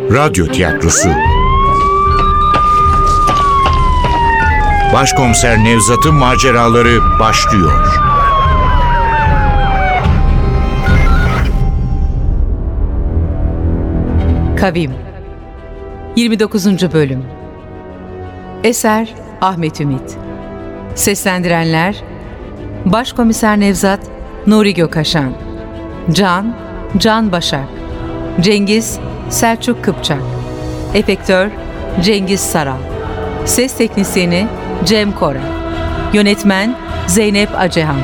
Radyo tiyatrosu. Başkomiser Nevzat'ın maceraları başlıyor. Kavim 29. Bölüm. Eser Ahmet Ümit. Seslendirenler Başkomiser Nevzat Nuri Gökaşan, Can Başak, Cengiz Selçuk Kıpçak, Efektör Cengiz Saral, Ses Teknisyeni Cem Kore, Yönetmen Zeynep Acehan.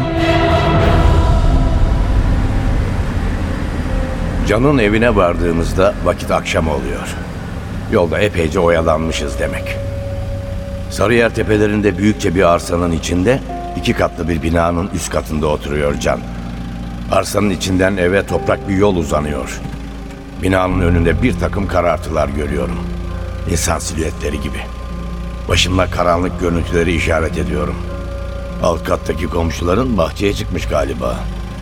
Can'ın evine vardığımızda vakit akşam oluyor. Yolda epeyce oyalanmışız demek. Sarıyer tepelerinde büyükçe bir arsanın içinde 2 katlı bir binanın üst katında oturuyor Can. Arsanın içinden eve toprak bir yol uzanıyor. Binanın önünde bir takım karartılar görüyorum. İnsan silüetleri gibi. Başımla karanlık görüntüleri işaret ediyorum. Alt kattaki komşuların bahçeye çıkmış galiba.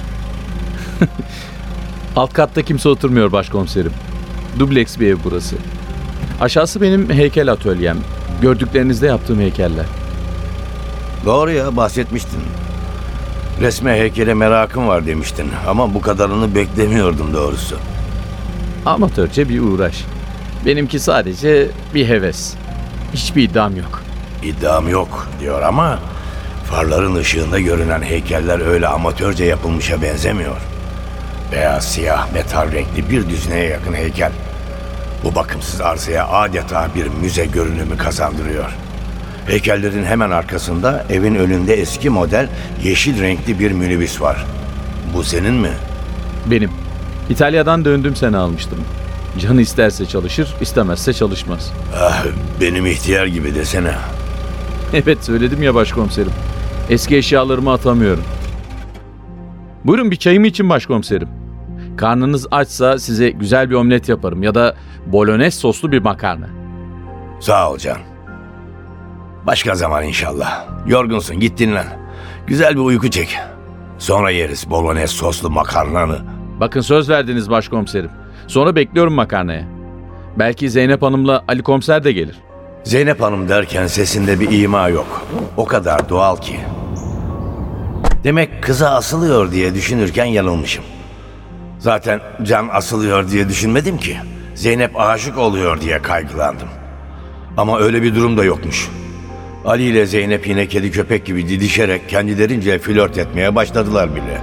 Alt katta kimse oturmuyor başkomiserim. Dubleks bir ev burası. Aşağısı benim heykel atölyem. Gördüklerinizde yaptığım heykeller. Doğru ya, bahsetmiştin. Resme heykele merakım var demiştin ama bu kadarını beklemiyordum doğrusu. Amatörce bir uğraş. Benimki sadece bir heves. Hiçbir iddiam yok. İddiam yok diyor ama farların ışığında görünen heykeller öyle amatörce yapılmışa benzemiyor. Beyaz, siyah, metal renkli bir düzineye yakın heykel. Bu bakımsız arsaya adeta bir müze görünümü kazandırıyor. Heykellerin hemen arkasında evin önünde eski model yeşil renkli bir minibüs var. Bu senin mi? Benim. İtalya'dan döndüğüm sene almıştım. Canı isterse çalışır, istemezse çalışmaz. Ah, benim ihtiyar gibi desene. Evet, söyledim ya başkomiserim. Eski eşyalarımı atamıyorum. Buyurun bir çayımı için başkomiserim. Karnınız açsa size güzel bir omlet yaparım ya da bolognese soslu bir makarna. Sağ ol Can. Başka zaman inşallah. Yorgunsun, git dinlen. Güzel bir uyku çek. Sonra yeriz bolognese soslu makarnanı. Bakın söz verdiniz başkomiserim. Sonra bekliyorum makarnaya. Belki Zeynep Hanım'la Ali Komiser de gelir. Zeynep Hanım derken sesinde bir ima yok. O kadar doğal ki. Demek kıza asılıyor diye düşünürken yanılmışım. Zaten Can asılıyor diye düşünmedim ki. Zeynep aşık oluyor diye kaygılandım. Ama öyle bir durum da yokmuş. Ali ile Zeynep yine kedi köpek gibi didişerek kendilerince flört etmeye başladılar bile.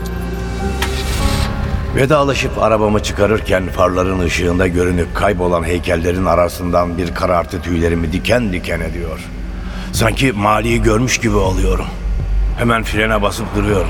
Vedalaşıp arabamı çıkarırken farların ışığında görünüp kaybolan heykellerin arasından bir karartı tüylerimi diken diken ediyor. Sanki Mali'yi görmüş gibi oluyorum. Hemen frene basıp duruyorum.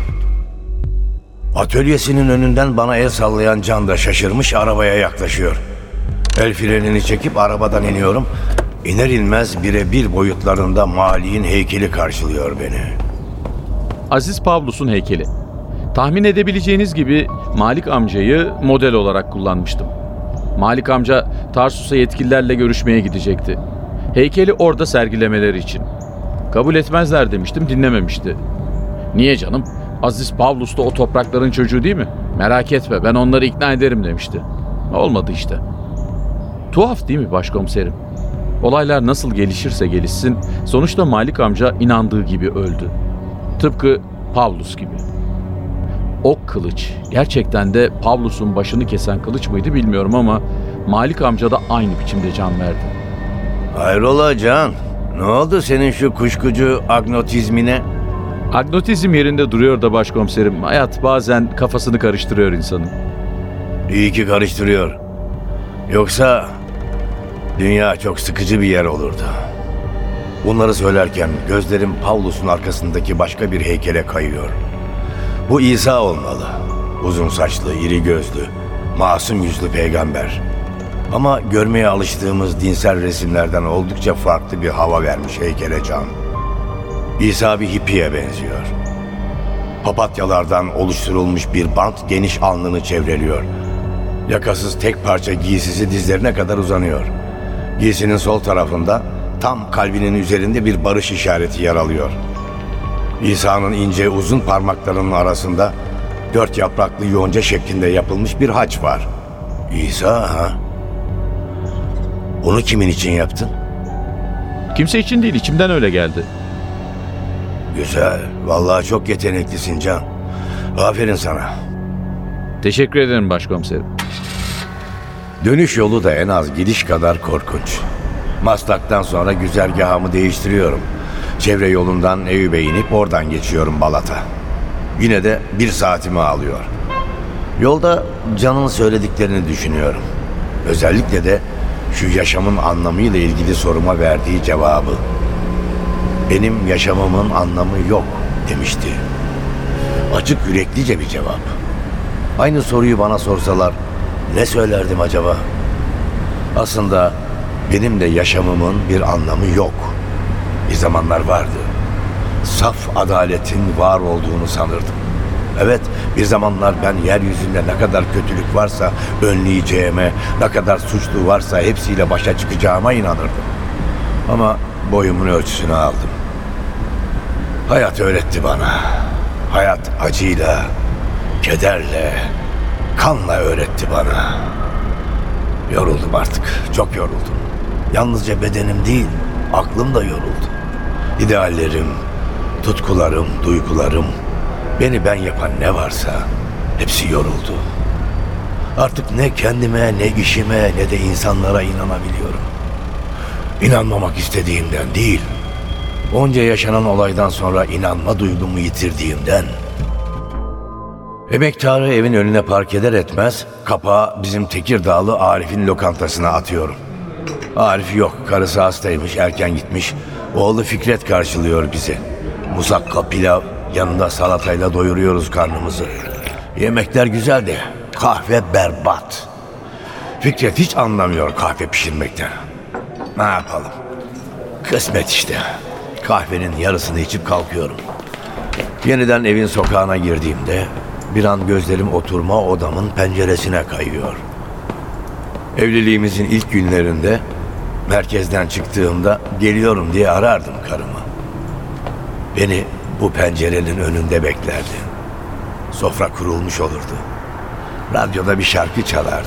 Atölyesinin önünden bana el sallayan Can da şaşırmış arabaya yaklaşıyor. El frenini çekip arabadan iniyorum. İner inmez birebir boyutlarında Mali'nin heykeli karşılıyor beni. Aziz Pavlus'un heykeli. Tahmin edebileceğiniz gibi Malik amcayı model olarak kullanmıştım. Malik amca Tarsus'a yetkililerle görüşmeye gidecekti. Heykeli orada sergilemeleri için. Kabul etmezler demiştim, dinlememişti. Niye canım? Aziz Pavlus da o toprakların çocuğu değil mi? Merak etme, ben onları ikna ederim demişti. Olmadı işte. Tuhaf değil mi başkomiserim? Olaylar nasıl gelişirse gelişsin, sonuçta Malik amca inandığı gibi öldü. Tıpkı Pavlus gibi. O kılıç gerçekten de Pavlus'un başını kesen kılıç mıydı bilmiyorum ama Malik amca da aynı biçimde can verdi. Hayrola Can? Ne oldu senin şu kuşkucu agnotizmine? Agnotizm yerinde duruyor da başkomiserim. Hayat bazen kafasını karıştırıyor insanın. İyi ki karıştırıyor. Yoksa dünya çok sıkıcı bir yer olurdu. Bunları söylerken gözlerim Pavlus'un arkasındaki başka bir heykele kayıyor. Bu İsa olmalı. Uzun saçlı, iri gözlü, masum yüzlü peygamber. Ama görmeye alıştığımız dinsel resimlerden oldukça farklı bir hava vermiş heykele Can. İsa bir hippiye benziyor. Papatyalardan oluşturulmuş bir bant geniş alnını çevreliyor. Yakasız tek parça giysisi dizlerine kadar uzanıyor. Giysinin sol tarafında tam kalbinin üzerinde bir barış işareti yer alıyor. İsa'nın ince uzun parmaklarının arasında 4 yapraklı yonca şeklinde yapılmış bir haç var. İsa ha? Onu kimin için yaptın? Kimse için değil, içimden öyle geldi. Güzel. Vallahi çok yeteneklisin Can. Aferin sana. Teşekkür ederim başkomiserim. Dönüş yolu da en az gidiş kadar korkunç. Maslak'tan sonra güzergahımı değiştiriyorum. Çevre yolundan Eyüp'e inip oradan geçiyorum Balat'a. Yine de 1 saatimi alıyor. Yolda Can'ın söylediklerini düşünüyorum. Özellikle de şu yaşamın anlamıyla ilgili soruma verdiği cevabı. Benim yaşamımın anlamı yok demişti. Açık yüreklice bir cevap. Aynı soruyu bana sorsalar ne söylerdim acaba? Aslında benim de yaşamımın bir anlamı yok. Bir zamanlar vardı. Saf adaletin var olduğunu sanırdım. Evet, bir zamanlar ben yeryüzünde ne kadar kötülük varsa önleyeceğime, ne kadar suçlu varsa hepsiyle başa çıkacağıma inanırdım. Ama boyumun ölçüsünü aldım. Hayat öğretti bana. Hayat acıyla, kederle, kanla öğretti bana. Yoruldum artık, çok yoruldum. Yalnızca bedenim değil, aklım da yoruldu. İdeallerim, tutkularım, duygularım, beni ben yapan ne varsa hepsi yoruldu. Artık ne kendime, ne işime, ne de insanlara inanabiliyorum. İnanmamak istediğimden değil, onca yaşanan olaydan sonra inanma duygumu yitirdiğimden. Emektarı evin önüne park eder etmez kapağı bizim Tekirdağlı Arif'in lokantasına atıyorum. Arif yok, karısı hastaymış, erken gitmiş. Oğlu Fikret karşılıyor bizi. Musakka pilav, yanında salatayla doyuruyoruz karnımızı. Yemekler güzel de kahve berbat. Fikret hiç anlamıyor kahve pişirmekten. Ne yapalım? Kısmet işte. Kahvenin yarısını içip kalkıyorum. Yeniden evin sokağına girdiğimde bir an gözlerim oturma odamın penceresine kayıyor. Evliliğimizin ilk günlerinde merkezden çıktığımda geliyorum diye arardım karımı. Beni bu pencerenin önünde beklerdi. Sofra kurulmuş olurdu. Radyoda bir şarkı çalardı.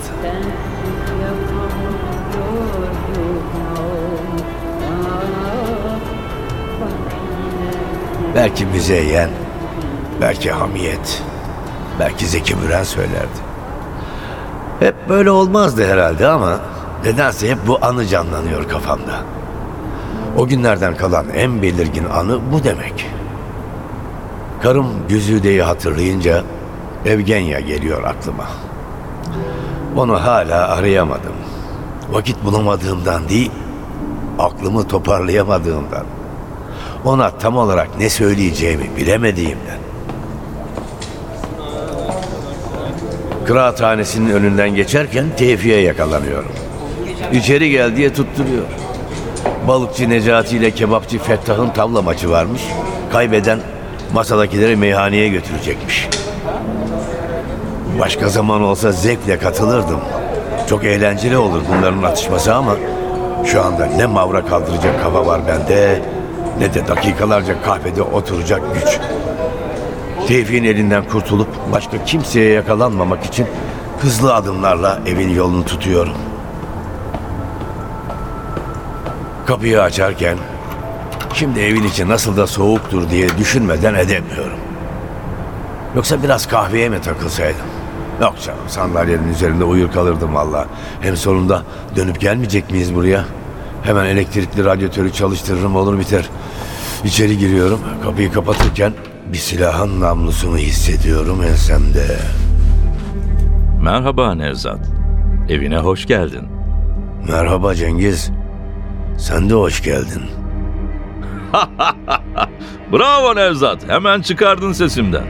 Belki Müzeyyen, belki Hamiyet, belki Zeki Müren söylerdi. Hep böyle olmazdı herhalde ama nedense hep bu anı canlanıyor kafamda. O günlerden kalan en belirgin anı bu demek. Karım Güzide'yi hatırlayınca Evgenya geliyor aklıma. Onu hala arayamadım. Vakit bulamadığımdan değil, aklımı toparlayamadığımdan. Ona tam olarak ne söyleyeceğimi bilemediğimden. Kıraathanesinin önünden geçerken Tevfik'e yakalanıyorum. İçeri gel diye tutturuyor. Balıkçı Necati ile kebapçı Fettah'ın tavla maçı varmış. Kaybeden masadakileri meyhaneye götürecekmiş. Başka zaman olsa zevkle katılırdım. Çok eğlenceli olur bunların atışması ama şu anda ne mavra kaldıracak hava var bende, ne de dakikalarca kahvede oturacak güç. Tevfik'in elinden kurtulup başka kimseye yakalanmamak için hızlı adımlarla evin yolunu tutuyorum. Kapıyı açarken şimdi evin içi nasıl da soğuktur diye düşünmeden edemiyorum. Yoksa biraz kahveye mi takılsaydım? Yok canım, sandalyenin üzerinde uyur kalırdım valla. Hem sonunda dönüp gelmeyecek miyiz buraya? Hemen elektrikli radyatörü çalıştırırım, olur biter. İçeri giriyorum, kapıyı kapatırken bir silahın namlusunu hissediyorum ensemde. Merhaba Nevzat. Evine hoş geldin. Merhaba Cengiz. Sen de hoş geldin. Bravo Nevzat. Hemen çıkardın sesimden.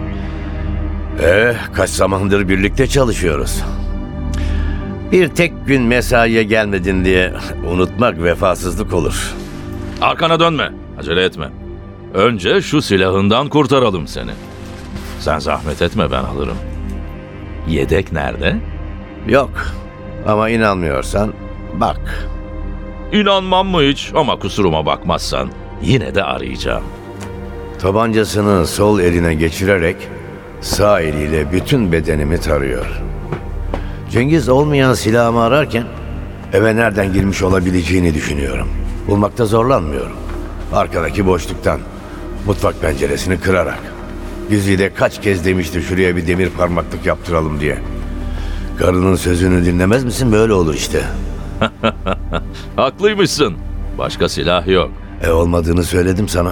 Kaç zamandır birlikte çalışıyoruz. Bir tek gün mesaiye gelmedin diye unutmak vefasızlık olur. Arkana dönme. Acele etme. Önce şu silahından kurtaralım seni. Sen zahmet etme, ben alırım. Yedek nerede? Yok ama inanmıyorsan bak. İnanmam mı hiç, ama kusuruma bakmazsan yine de arayacağım. Tabancasını sol eline geçirerek sağ eliyle bütün bedenimi tarıyor. Cengiz olmayan silahımı ararken Eve nereden girmiş olabileceğini düşünüyorum. Bulmakta zorlanmıyorum. Arkadaki boşluktan, mutfak penceresini kırarak. Güzide kaç kez demişti şuraya bir demir parmaklık yaptıralım diye. Karının sözünü dinlemez misin? Böyle olur işte. Haklıymışsın. Başka silah yok. Olmadığını söyledim sana.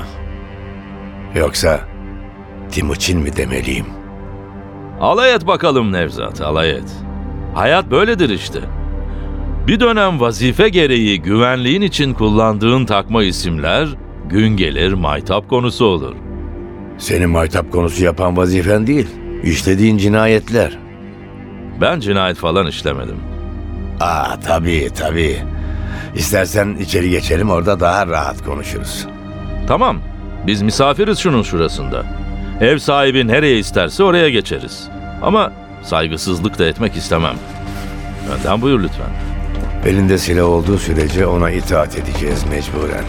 Yoksa Timuçin mi demeliyim? Alay et bakalım Nevzat, alay et. Hayat böyledir işte. Bir dönem vazife gereği güvenliğin için kullandığın takma isimler gün gelir maytap konusu olur. Senin maytap konusu yapan vazifen değil, işlediğin cinayetler. Ben cinayet falan işlemedim. Tabii. İstersen içeri geçelim, orada daha rahat konuşuruz. Tamam, biz misafiriz şunun şurasında. Ev sahibi nereye isterse oraya geçeriz. Ama saygısızlık da etmek istemem. Önden buyur lütfen. Elinde silah olduğu sürece ona itaat edeceğiz mecburen.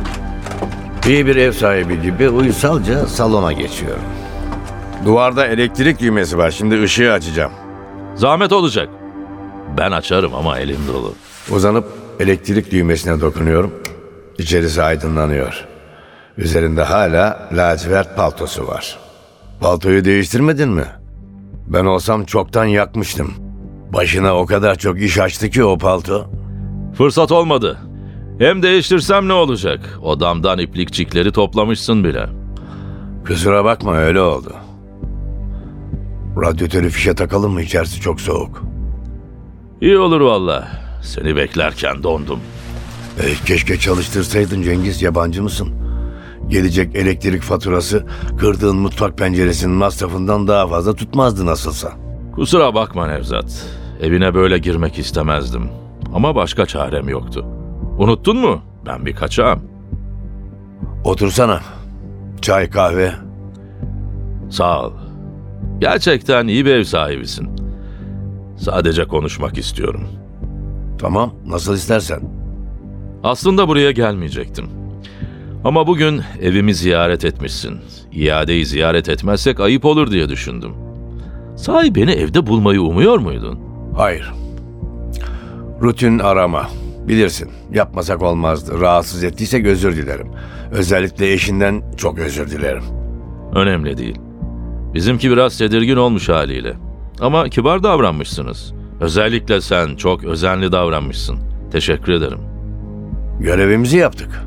İyi bir ev sahibi gibi uysalca salona geçiyorum. Duvarda elektrik düğmesi var, şimdi ışığı açacağım. Zahmet olacak. Ben açarım ama elim dolu. Uzanıp elektrik düğmesine dokunuyorum. İçerisi aydınlanıyor. Üzerinde hala lacivert paltosu var. Paltoyu değiştirmedin mi? Ben olsam çoktan yakmıştım. Başına o kadar çok iş açtı ki o palto. Fırsat olmadı. Hem değiştirsem ne olacak? Odamdan iplikçikleri toplamışsın bile. Kusura bakma, öyle oldu. Radyatörü fişe takalım mı? İçerisi çok soğuk. İyi olur valla. Seni beklerken dondum. Keşke çalıştırsaydın Cengiz, yabancı mısın? Gelecek elektrik faturası kırdığın mutfak penceresinin masrafından daha fazla tutmazdı nasılsa. Kusura bakma Nevzat. Evine böyle girmek istemezdim. Ama başka çarem yoktu. Unuttun mu? Ben bir kaçağım. Otursana. Çay, kahve. Sağ ol. Gerçekten iyi bir ev sahibisin. Sadece konuşmak istiyorum. Tamam, nasıl istersen. Aslında buraya gelmeyecektim. Ama bugün evimi ziyaret etmişsin. İadeyi ziyaret etmezsek ayıp olur diye düşündüm. Sahi beni evde bulmayı umuyor muydun? Hayır. Rutin arama. Bilirsin, yapmasak olmazdı. Rahatsız ettiysek özür dilerim. Özellikle eşinden çok özür dilerim. Önemli değil. Bizimki biraz tedirgin olmuş haliyle. Ama kibar davranmışsınız. Özellikle sen çok özenli davranmışsın. Teşekkür ederim. Görevimizi yaptık.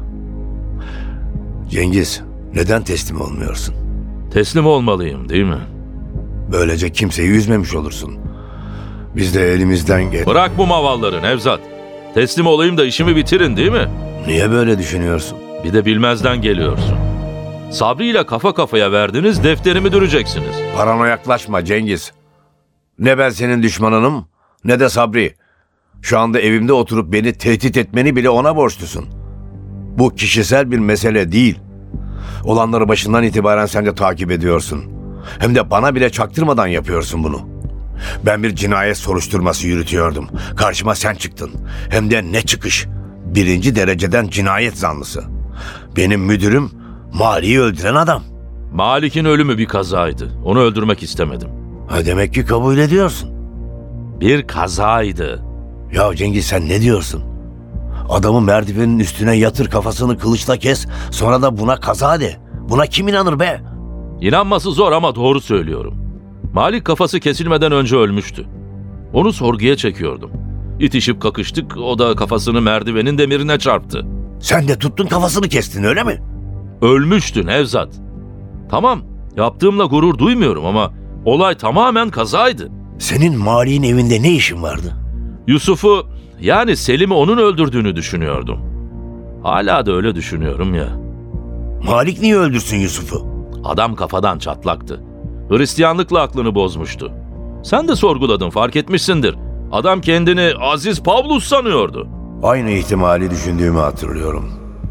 Cengiz, neden teslim olmuyorsun? Teslim olmalıyım, değil mi? Böylece kimseyi üzmemiş olursun. Biz de elimizden gel... Bırak bu mavalları Nevzat. Teslim olayım da işimi bitirin, değil mi? Niye böyle düşünüyorsun? Bir de bilmezden geliyorsun. Sabri ile kafa kafaya verdiniz, defterimi düreceksiniz. Paranoyaklaşma Cengiz. Ne ben senin düşmanınım, ne de Sabri. Şu anda evimde oturup beni tehdit etmeni bile ona borçlusun. Bu kişisel bir mesele değil. Olanları başından itibaren sen de takip ediyorsun. Hem de bana bile çaktırmadan yapıyorsun bunu. Ben bir cinayet soruşturması yürütüyordum. Karşıma sen çıktın. Hem de ne çıkış. 1. dereceden cinayet zanlısı. Benim müdürüm Mali'yi öldüren adam. Malik'in ölümü bir kazaydı. Onu öldürmek istemedim. Demek ki kabul ediyorsun. Bir kazaydı. Ya Cengiz, sen ne diyorsun? Adamı merdivenin üstüne yatır, kafasını kılıçla kes, sonra da buna kaza de. Buna kim inanır be? İnanması zor ama doğru söylüyorum. Malik kafası kesilmeden önce ölmüştü. Onu sorguya çekiyordum. İtişip kakıştık, o da kafasını merdivenin demirine çarptı. Sen de tuttun kafasını kestin, öyle mi? Ölmüştü Nevzat. Tamam, yaptığımla gurur duymuyorum ama olay tamamen kazaydı. Senin Mali'nin evinde ne işin vardı? Yusuf'u, yani Selim'i onun öldürdüğünü düşünüyordum. Hala da öyle düşünüyorum ya. Malik niye öldürsün Yusuf'u? Adam kafadan çatlaktı. Hristiyanlıkla aklını bozmuştu. Sen de sorguladın, fark etmişsindir. Adam kendini Aziz Pavlus sanıyordu. Aynı ihtimali düşündüğümü hatırlıyorum.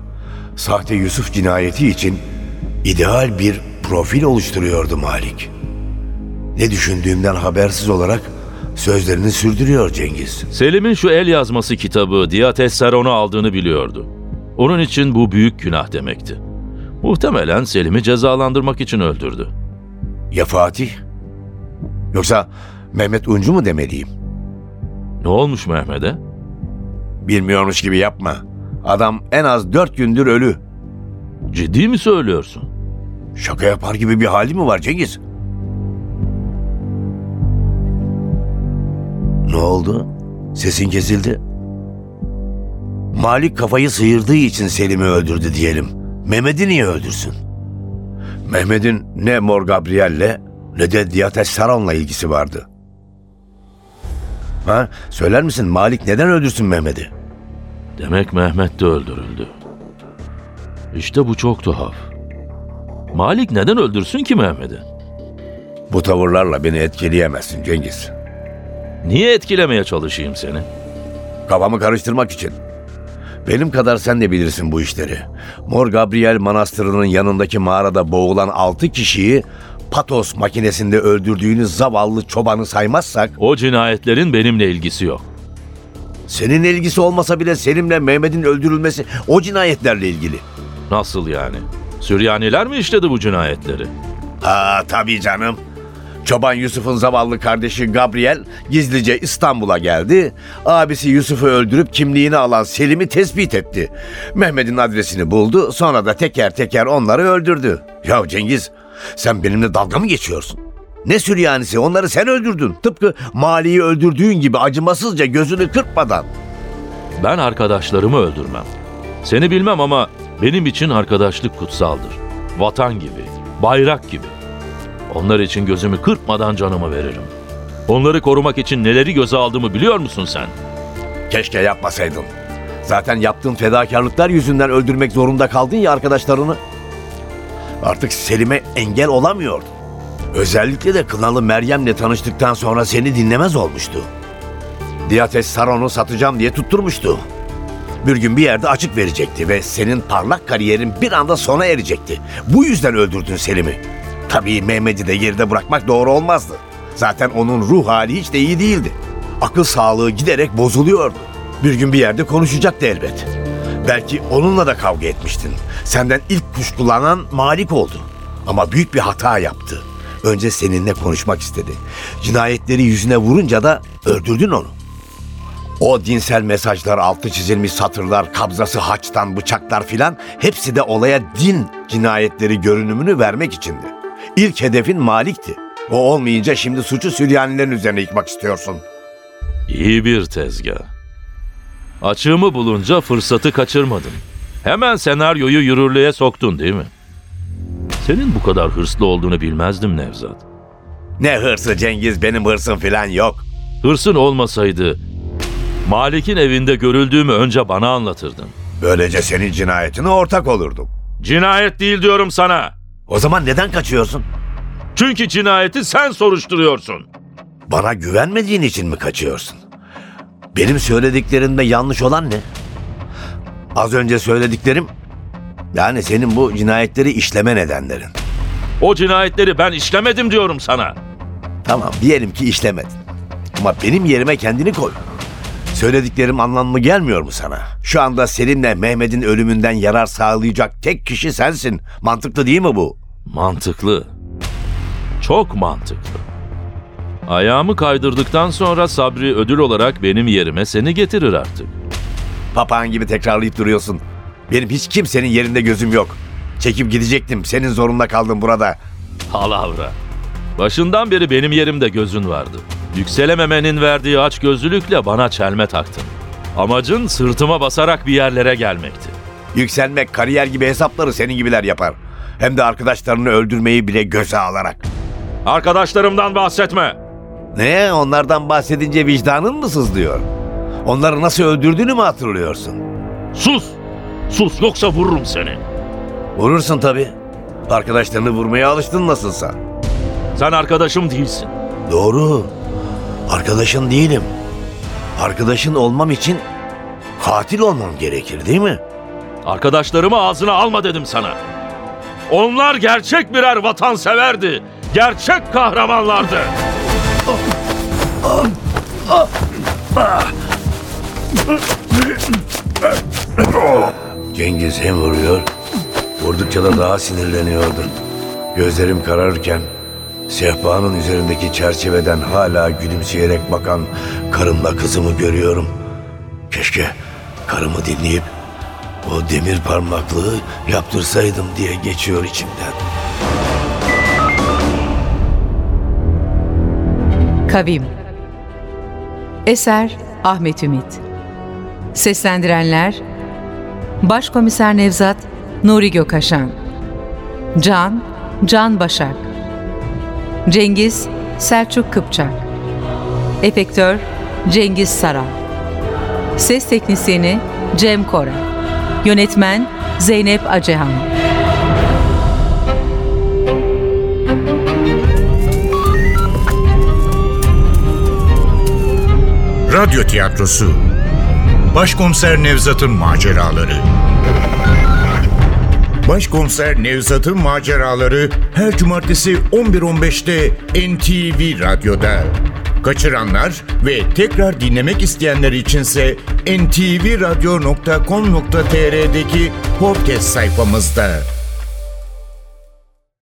Sahte Yusuf cinayeti için ideal bir profil oluşturuyordu Malik. Ne düşündüğümden habersiz olarak sözlerini sürdürüyor Cengiz. Selim'in şu el yazması kitabı Diatessaron'u aldığını biliyordu. Onun için bu büyük günah demekti. Muhtemelen Selim'i cezalandırmak için öldürdü. Ya Fatih? Yoksa Mehmet Uncu mu demeliyim? Ne olmuş Mehmet'e? Bilmiyormuş gibi yapma. Adam en az 4 gündür ölü. Ciddi mi söylüyorsun? Şaka yapar gibi bir hali mi var Cengiz? Ne oldu? Sesin kesildi. Malik kafayı sıyırdığı için Selim'i öldürdü diyelim. Mehmet'i niye öldürsün? Mehmet'in ne Mor Gabriel'le ne de Diateş Saron'la ilgisi vardı. Ha? Söyler misin Malik neden öldürsün Mehmet'i? Demek Mehmet de öldürüldü. İşte bu çok tuhaf. Malik neden öldürsün ki Mehmet'i? Bu tavırlarla beni etkileyemezsin Cengiz. Niye etkilemeye çalışayım seni? Kafamı karıştırmak için. Benim kadar sen de bilirsin bu işleri. Mor Gabriel Manastırı'nın yanındaki mağarada boğulan 6 kişiyi Patos makinesinde öldürdüğünü zavallı çobanı saymazsak... O cinayetlerin benimle ilgisi yok. Senin ilgisi olmasa bile Selim'le Mehmet'in öldürülmesi o cinayetlerle ilgili. Nasıl yani? Süryaniler mi işledi bu cinayetleri? Tabii canım. Çoban Yusuf'un zavallı kardeşi Gabriel gizlice İstanbul'a geldi. Abisi Yusuf'u öldürüp kimliğini alan Selim'i tespit etti. Mehmet'in adresini buldu, sonra da teker teker onları öldürdü. Ya Cengiz, sen benimle dalga mı geçiyorsun? Ne Süryanisi, onları sen öldürdün. Tıpkı Mali'yi öldürdüğün gibi acımasızca gözünü kırpmadan. Ben arkadaşlarımı öldürmem. Seni bilmem ama benim için arkadaşlık kutsaldır. Vatan gibi, bayrak gibi. Onlar için gözümü kırpmadan canımı veririm. Onları korumak için neleri göze aldığımı biliyor musun sen? Keşke yapmasaydın. Zaten yaptığın fedakarlıklar yüzünden öldürmek zorunda kaldın ya arkadaşlarını. Artık Selim'e engel olamıyordun. Özellikle de Kınalı Meryem'le tanıştıktan sonra seni dinlemez olmuştu. Diateş Saron'u satacağım diye tutturmuştu. Bir gün bir yerde açık verecekti ve senin parlak kariyerin bir anda sona erecekti. Bu yüzden öldürdün Selim'i. Tabii Mehmet'i de geride bırakmak doğru olmazdı. Zaten onun ruh hali hiç de iyi değildi. Akıl sağlığı giderek bozuluyordu. Bir gün bir yerde konuşacaktı elbet. Belki onunla da kavga etmiştin. Senden ilk kuşkulanan Malik oldu. Ama büyük bir hata yaptı. Önce seninle konuşmak istedi. Cinayetleri yüzüne vurunca da öldürdün onu. O dinsel mesajlar, altı çizilmiş satırlar, kabzası haçtan bıçaklar filan hepsi de olaya din cinayetleri görünümünü vermek içindi. İlk hedefin Malik'ti. O olmayınca şimdi suçu Süryanilerin üzerine yıkmak istiyorsun. İyi bir tezgah. Açığımı bulunca fırsatı kaçırmadım. Hemen senaryoyu yürürlüğe soktun değil mi? Senin bu kadar hırslı olduğunu bilmezdim Nevzat. Ne hırsı Cengiz, benim hırsım filan yok. Hırsın olmasaydı Malik'in evinde görüldüğümü önce bana anlatırdın. Böylece senin cinayetine ortak olurdum. Cinayet değil diyorum sana. O zaman neden kaçıyorsun? Çünkü cinayeti sen soruşturuyorsun. Bana güvenmediğin için mi kaçıyorsun? Benim söylediklerimde yanlış olan ne? Az önce söylediklerim, yani senin bu cinayetleri işleme nedenlerin. O cinayetleri ben işlemedim diyorum sana. Tamam, diyelim ki işlemedin. Ama benim yerime kendini koy. Söylediklerim anlamlı gelmiyor mu sana? Şu anda Selim'le Mehmet'in ölümünden yarar sağlayacak tek kişi sensin. Mantıklı değil mi bu? Mantıklı. Çok mantıklı. Ayağımı kaydırdıktan sonra Sabri ödül olarak benim yerime seni getirir artık. Papağan gibi tekrarlayıp duruyorsun. Benim hiç kimsenin yerinde gözüm yok. Çekip gidecektim. Senin zorunda kaldım burada. Palavra. Başından beri benim yerimde gözün vardı. Yükselememenin verdiği açgözlülükle bana çelme taktın. Amacın sırtıma basarak bir yerlere gelmekti. Yükselmek, kariyer gibi hesapları senin gibiler yapar. Hem de arkadaşlarını öldürmeyi bile göze alarak. Arkadaşlarımdan bahsetme. Ne? Onlardan bahsedince vicdanın mı sızlıyor? Onları nasıl öldürdüğünü mü hatırlıyorsun? Sus! Sus yoksa vururum seni. Vurursun tabii. Arkadaşlarını vurmaya alıştın nasılsa. Sen arkadaşım değilsin. Doğru. Arkadaşın değilim. Arkadaşın olmam için katil olmam gerekir değil mi? Arkadaşlarımı ağzına alma dedim sana. Onlar gerçek birer vatanseverdi. Gerçek kahramanlardı. Cengiz hem vuruyor, vurdukça da daha sinirleniyordu. Gözlerim kararırken sehpanın üzerindeki çerçeveden hala gülümseyerek bakan karımla kızımı görüyorum. karımı dinleyip o demir parmaklığı yaptırsaydım diye geçiyor içimden. Kavim. Eser Ahmet Ümit. Seslendirenler Başkomiser Nevzat Nuri Gökaşan, Can Başak, Cengiz Selçuk Kıpçak, Efektör Cengiz Saral, Ses Teknisyeni Cem Kora, Yönetmen Zeynep Acehan. Radyo tiyatrosu Başkomiser Nevzat'ın maceraları. Başkomiser Nevzat'ın maceraları her cumartesi 11.15'te NTV Radyo'da. Kaçıranlar ve tekrar dinlemek isteyenler içinse ntvradio.com.tr'deki podcast sayfamızda.